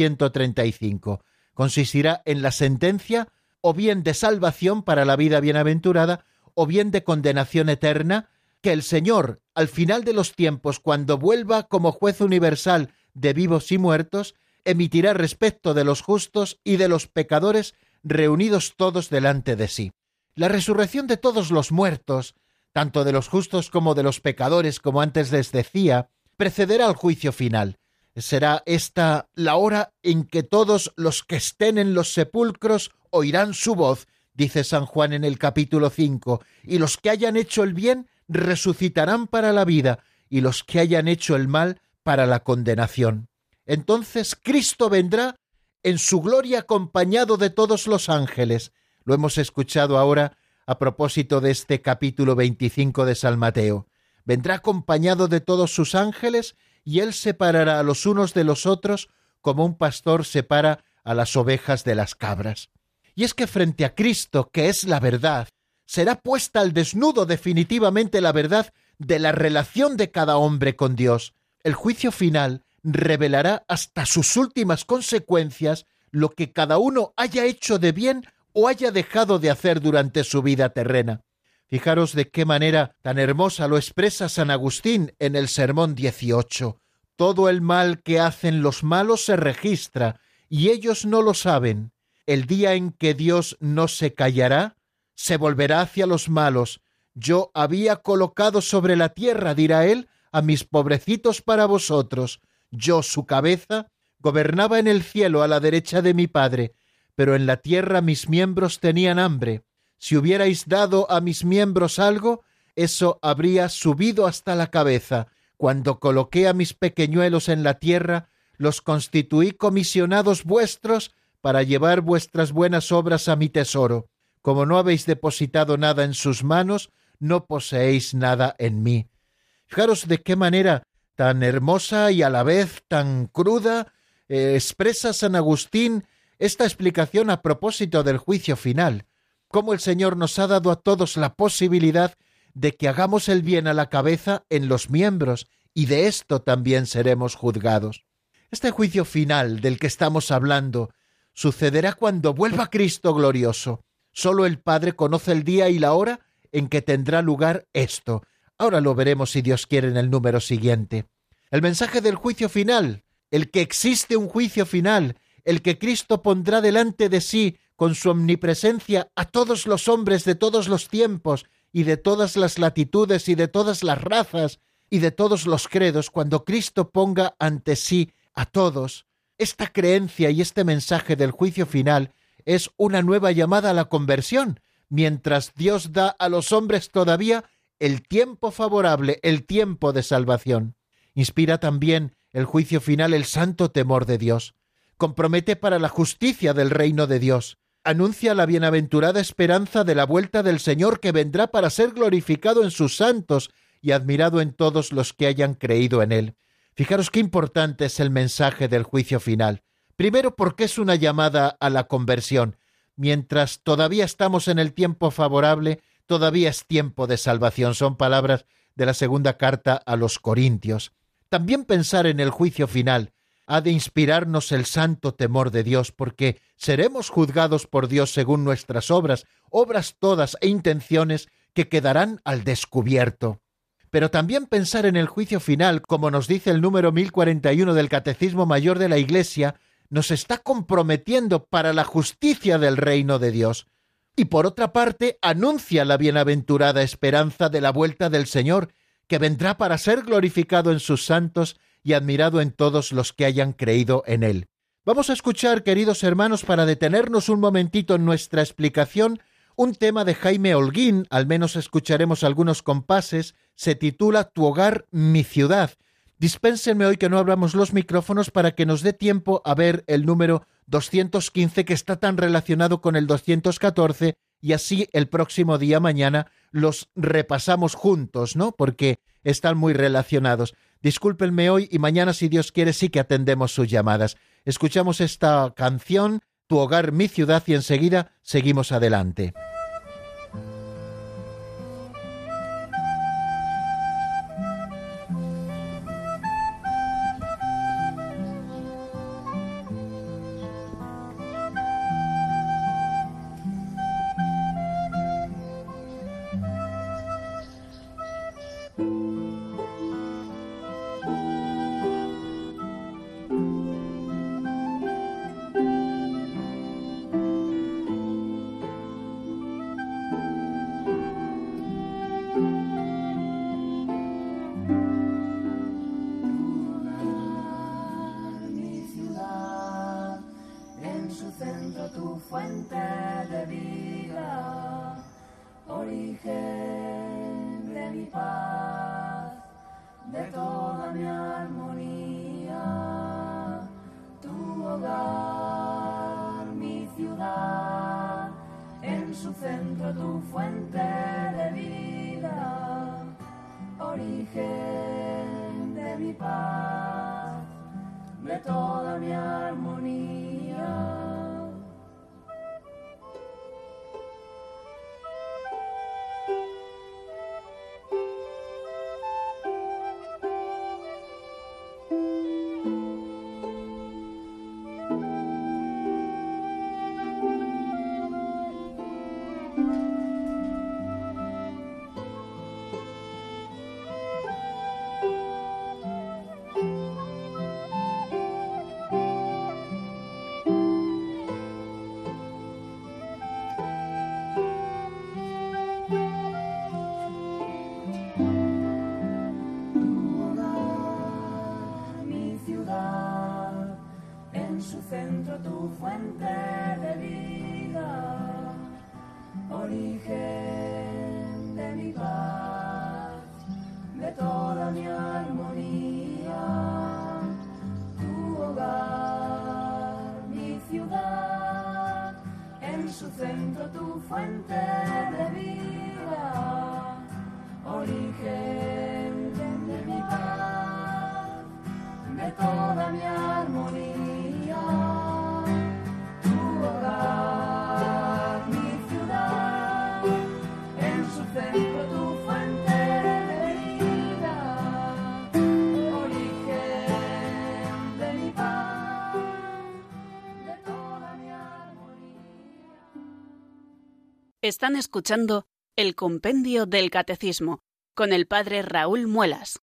135. Consistirá en la sentencia o bien de salvación para la vida bienaventurada, o bien de condenación eterna, que el Señor, al final de los tiempos, cuando vuelva como juez universal de vivos y muertos, emitirá respecto de los justos y de los pecadores reunidos todos delante de sí. La resurrección de todos los muertos, tanto de los justos como de los pecadores, como antes les decía, precederá al juicio final. Será esta la hora en que todos los que estén en los sepulcros oirán su voz, dice San Juan en el capítulo 5, y los que hayan hecho el bien resucitarán para la vida, y los que hayan hecho el mal para la condenación. Entonces Cristo vendrá en su gloria acompañado de todos los ángeles. Lo hemos escuchado ahora a propósito de este capítulo 25 de San Mateo. Vendrá acompañado de todos sus ángeles y Él separará a los unos de los otros como un pastor separa a las ovejas de las cabras. Y es que frente a Cristo, que es la verdad, será puesta al desnudo definitivamente la verdad de la relación de cada hombre con Dios. El juicio final revelará hasta sus últimas consecuencias lo que cada uno haya hecho de bien o haya dejado de hacer durante su vida terrena. Fijaros de qué manera tan hermosa lo expresa San Agustín en el Sermón 18. Todo el mal que hacen los malos se registra, y ellos no lo saben. El día en que Dios no se callará, se volverá hacia los malos. Yo había colocado sobre la tierra, dirá él, a mis pobrecitos para vosotros. Yo, su cabeza, gobernaba en el cielo a la derecha de mi Padre, pero en la tierra mis miembros tenían hambre. Si hubierais dado a mis miembros algo, eso habría subido hasta la cabeza. Cuando coloqué a mis pequeñuelos en la tierra, los constituí comisionados vuestros para llevar vuestras buenas obras a mi tesoro. Como no habéis depositado nada en sus manos, no poseéis nada en mí. Fijaros de qué manera tan hermosa y a la vez tan cruda expresa San Agustín esta explicación a propósito del juicio final. Cómo el Señor nos ha dado a todos la posibilidad de que hagamos el bien a la cabeza en los miembros, y de esto también seremos juzgados. Este juicio final del que estamos hablando sucederá cuando vuelva Cristo glorioso. Solo el Padre conoce el día y la hora en que tendrá lugar esto. Ahora lo veremos, si Dios quiere, en el número siguiente. El mensaje del juicio final, el que existe un juicio final, el que Cristo pondrá delante de sí con su omnipresencia a todos los hombres de todos los tiempos y de todas las latitudes y de todas las razas y de todos los credos, cuando Cristo ponga ante sí a todos. Esta creencia y este mensaje del juicio final es una nueva llamada a la conversión, mientras Dios da a los hombres todavía el tiempo favorable, el tiempo de salvación. Inspira también el juicio final el santo temor de Dios. Compromete para la justicia del reino de Dios. Anuncia la bienaventurada esperanza de la vuelta del Señor, que vendrá para ser glorificado en sus santos y admirado en todos los que hayan creído en Él. Fijaros qué importante es el mensaje del juicio final. Primero, porque es una llamada a la conversión. Mientras todavía estamos en el tiempo favorable, todavía es tiempo de salvación. Son palabras de la segunda carta a los Corintios. También pensar en el juicio final ha de inspirarnos el santo temor de Dios, porque seremos juzgados por Dios según nuestras obras, obras todas e intenciones que quedarán al descubierto. Pero también pensar en el juicio final, como nos dice el número 1041 del Catecismo Mayor de la Iglesia, nos está comprometiendo para la justicia del reino de Dios. Y por otra parte, anuncia la bienaventurada esperanza de la vuelta del Señor, que vendrá para ser glorificado en sus santos y admirado en todos los que hayan creído en Él. Vamos a escuchar, queridos hermanos, para detenernos un momentito en nuestra explicación, un tema de Jaime Holguín. Al menos escucharemos algunos compases. Se titula Tu hogar, mi ciudad. Dispénsenme hoy que no abramos los micrófonos para que nos dé tiempo a ver el número 215, que está tan relacionado con el 214, y así el próximo día, mañana, los repasamos juntos, ¿no? Porque están muy relacionados. Discúlpenme hoy, y mañana, si Dios quiere, sí que atendemos sus llamadas. Escuchamos esta canción, Tu hogar, mi ciudad, y enseguida seguimos adelante. Fuente de vida, origen de ciudad, de toda mi armonía, tu hogar, mi ciudad, en su centro tu fuente de vida, origen de mi paz, de toda mi armonía. Están escuchando el Compendio del Catecismo con el padre Raúl Muelas.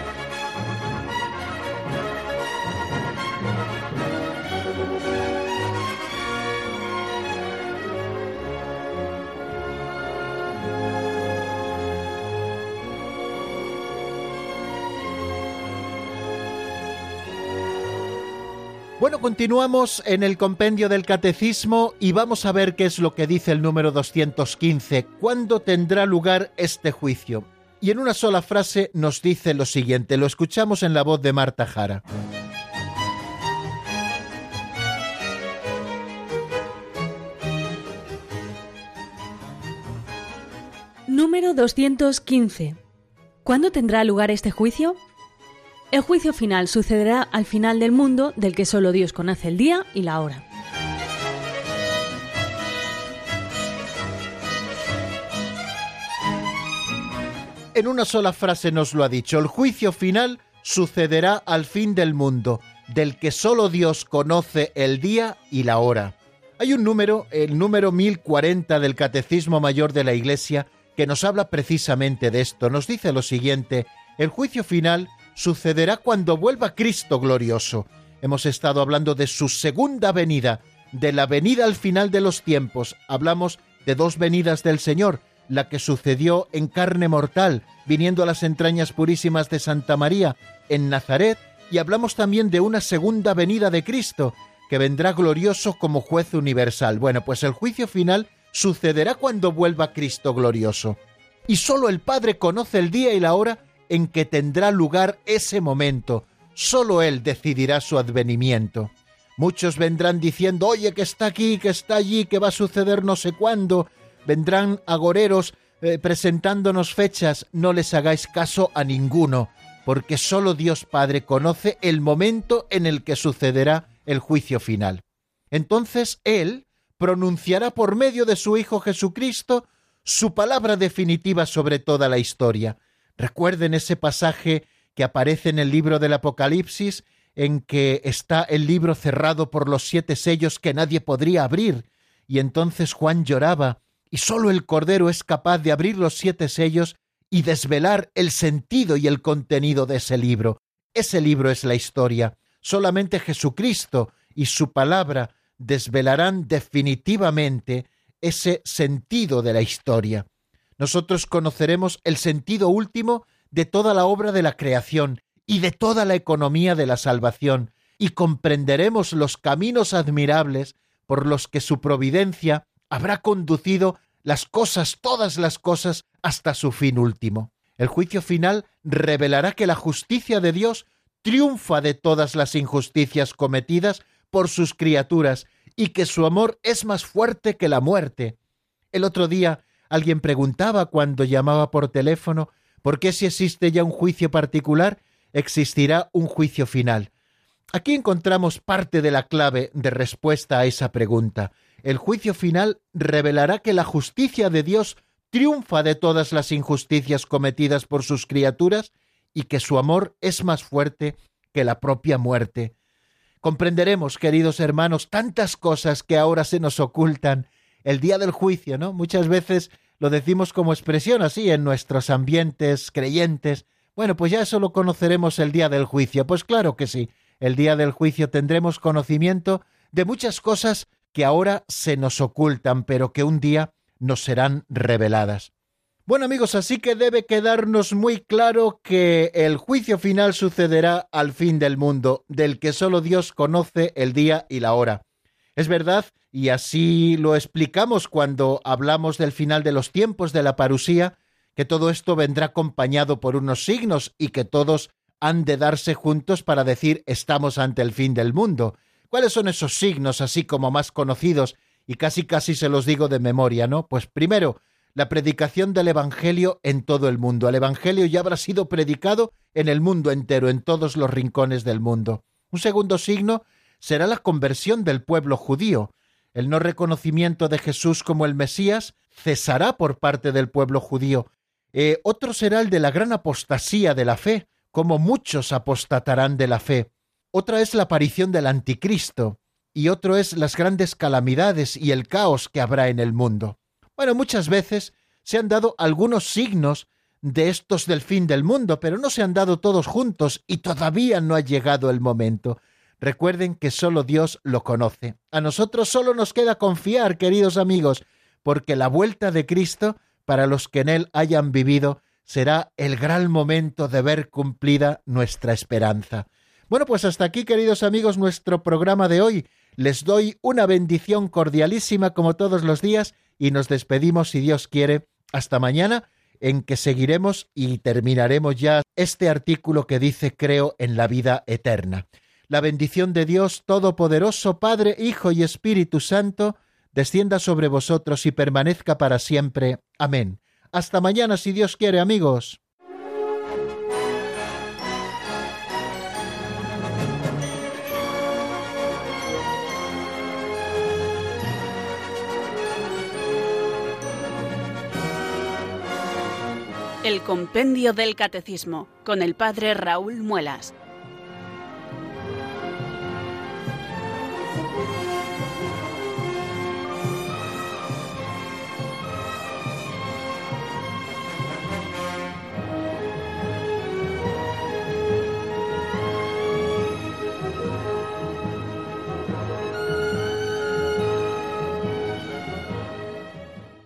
Bueno, continuamos en el Compendio del Catecismo y vamos a ver qué es lo que dice el número 215. ¿Cuándo tendrá lugar este juicio? Y en una sola frase nos dice lo siguiente, lo escuchamos en la voz de Marta Jara. Número 215. ¿Cuándo tendrá lugar este juicio? El juicio final sucederá al final del mundo, del que solo Dios conoce el día y la hora. En una sola frase nos lo ha dicho, el juicio final sucederá al fin del mundo, del que solo Dios conoce el día y la hora. Hay un número, el número 1040 del Catecismo Mayor de la Iglesia, que nos habla precisamente de esto. Nos dice lo siguiente, el juicio final sucederá cuando vuelva Cristo glorioso. Hemos estado hablando de su segunda venida, de la venida al final de los tiempos. Hablamos de dos venidas del Señor, la que sucedió en carne mortal, viniendo a las entrañas purísimas de Santa María en Nazaret, y hablamos también de una segunda venida de Cristo, que vendrá glorioso como juez universal. Bueno, pues el juicio final sucederá cuando vuelva Cristo glorioso. Y solo el Padre conoce el día y la hora en que tendrá lugar ese momento. Solo Él decidirá su advenimiento. Muchos vendrán diciendo, oye, que está aquí, que está allí, que va a suceder no sé cuándo. Vendrán agoreros presentándonos fechas. No les hagáis caso a ninguno, porque solo Dios Padre conoce el momento en el que sucederá el juicio final. Entonces Él pronunciará por medio de su Hijo Jesucristo su palabra definitiva sobre toda la historia. Recuerden ese pasaje que aparece en el libro del Apocalipsis, en que está el libro cerrado por los 7 sellos que nadie podría abrir, y entonces Juan lloraba, y solo el Cordero es capaz de abrir los 7 sellos y desvelar el sentido y el contenido de ese libro. Ese libro es la historia. Solamente Jesucristo y su palabra desvelarán definitivamente ese sentido de la historia. Nosotros conoceremos el sentido último de toda la obra de la creación y de toda la economía de la salvación, y comprenderemos los caminos admirables por los que su providencia habrá conducido las cosas, todas las cosas, hasta su fin último. El juicio final revelará que la justicia de Dios triunfa de todas las injusticias cometidas por sus criaturas y que su amor es más fuerte que la muerte. El otro día alguien preguntaba cuando llamaba por teléfono ¿por qué si existe ya un juicio particular, existirá un juicio final? Aquí encontramos parte de la clave de respuesta a esa pregunta. El juicio final revelará que la justicia de Dios triunfa de todas las injusticias cometidas por sus criaturas y que su amor es más fuerte que la propia muerte. Comprenderemos, queridos hermanos, tantas cosas que ahora se nos ocultan el día del juicio, ¿no? Muchas veces lo decimos como expresión así en nuestros ambientes creyentes. Bueno, pues ya eso lo conoceremos el día del juicio. Pues claro que sí, el día del juicio tendremos conocimiento de muchas cosas que ahora se nos ocultan, pero que un día nos serán reveladas. Bueno, amigos, así que debe quedarnos muy claro que el juicio final sucederá al fin del mundo, del que solo Dios conoce el día y la hora. Es verdad, y así lo explicamos cuando hablamos del final de los tiempos de la parusía, que todo esto vendrá acompañado por unos signos y que todos han de darse juntos para decir estamos ante el fin del mundo. ¿Cuáles son esos signos así como más conocidos? Y casi se los digo de memoria, ¿no? Pues primero, la predicación del Evangelio en todo el mundo. El Evangelio ya habrá sido predicado en el mundo entero, en todos los rincones del mundo. Un segundo signo será la conversión del pueblo judío. El no reconocimiento de Jesús como el Mesías cesará por parte del pueblo judío. Otro será el de la gran apostasía de la fe, como muchos apostatarán de la fe. Otra es la aparición del anticristo, y otro es las grandes calamidades y el caos que habrá en el mundo. Bueno, muchas veces se han dado algunos signos de estos del fin del mundo, pero no se han dado todos juntos y todavía no ha llegado el momento. Recuerden que solo Dios lo conoce. A nosotros solo nos queda confiar, queridos amigos, porque la vuelta de Cristo, para los que en Él hayan vivido, será el gran momento de ver cumplida nuestra esperanza. Bueno, pues hasta aquí, queridos amigos, nuestro programa de hoy. Les doy una bendición cordialísima como todos los días y nos despedimos, si Dios quiere, hasta mañana, en que seguiremos y terminaremos ya este artículo que dice creo en la vida eterna. La bendición de Dios Todopoderoso, Padre, Hijo y Espíritu Santo, descienda sobre vosotros y permanezca para siempre. Amén. Hasta mañana, si Dios quiere, amigos. El Compendio del Catecismo, con el Padre Raúl Muelas.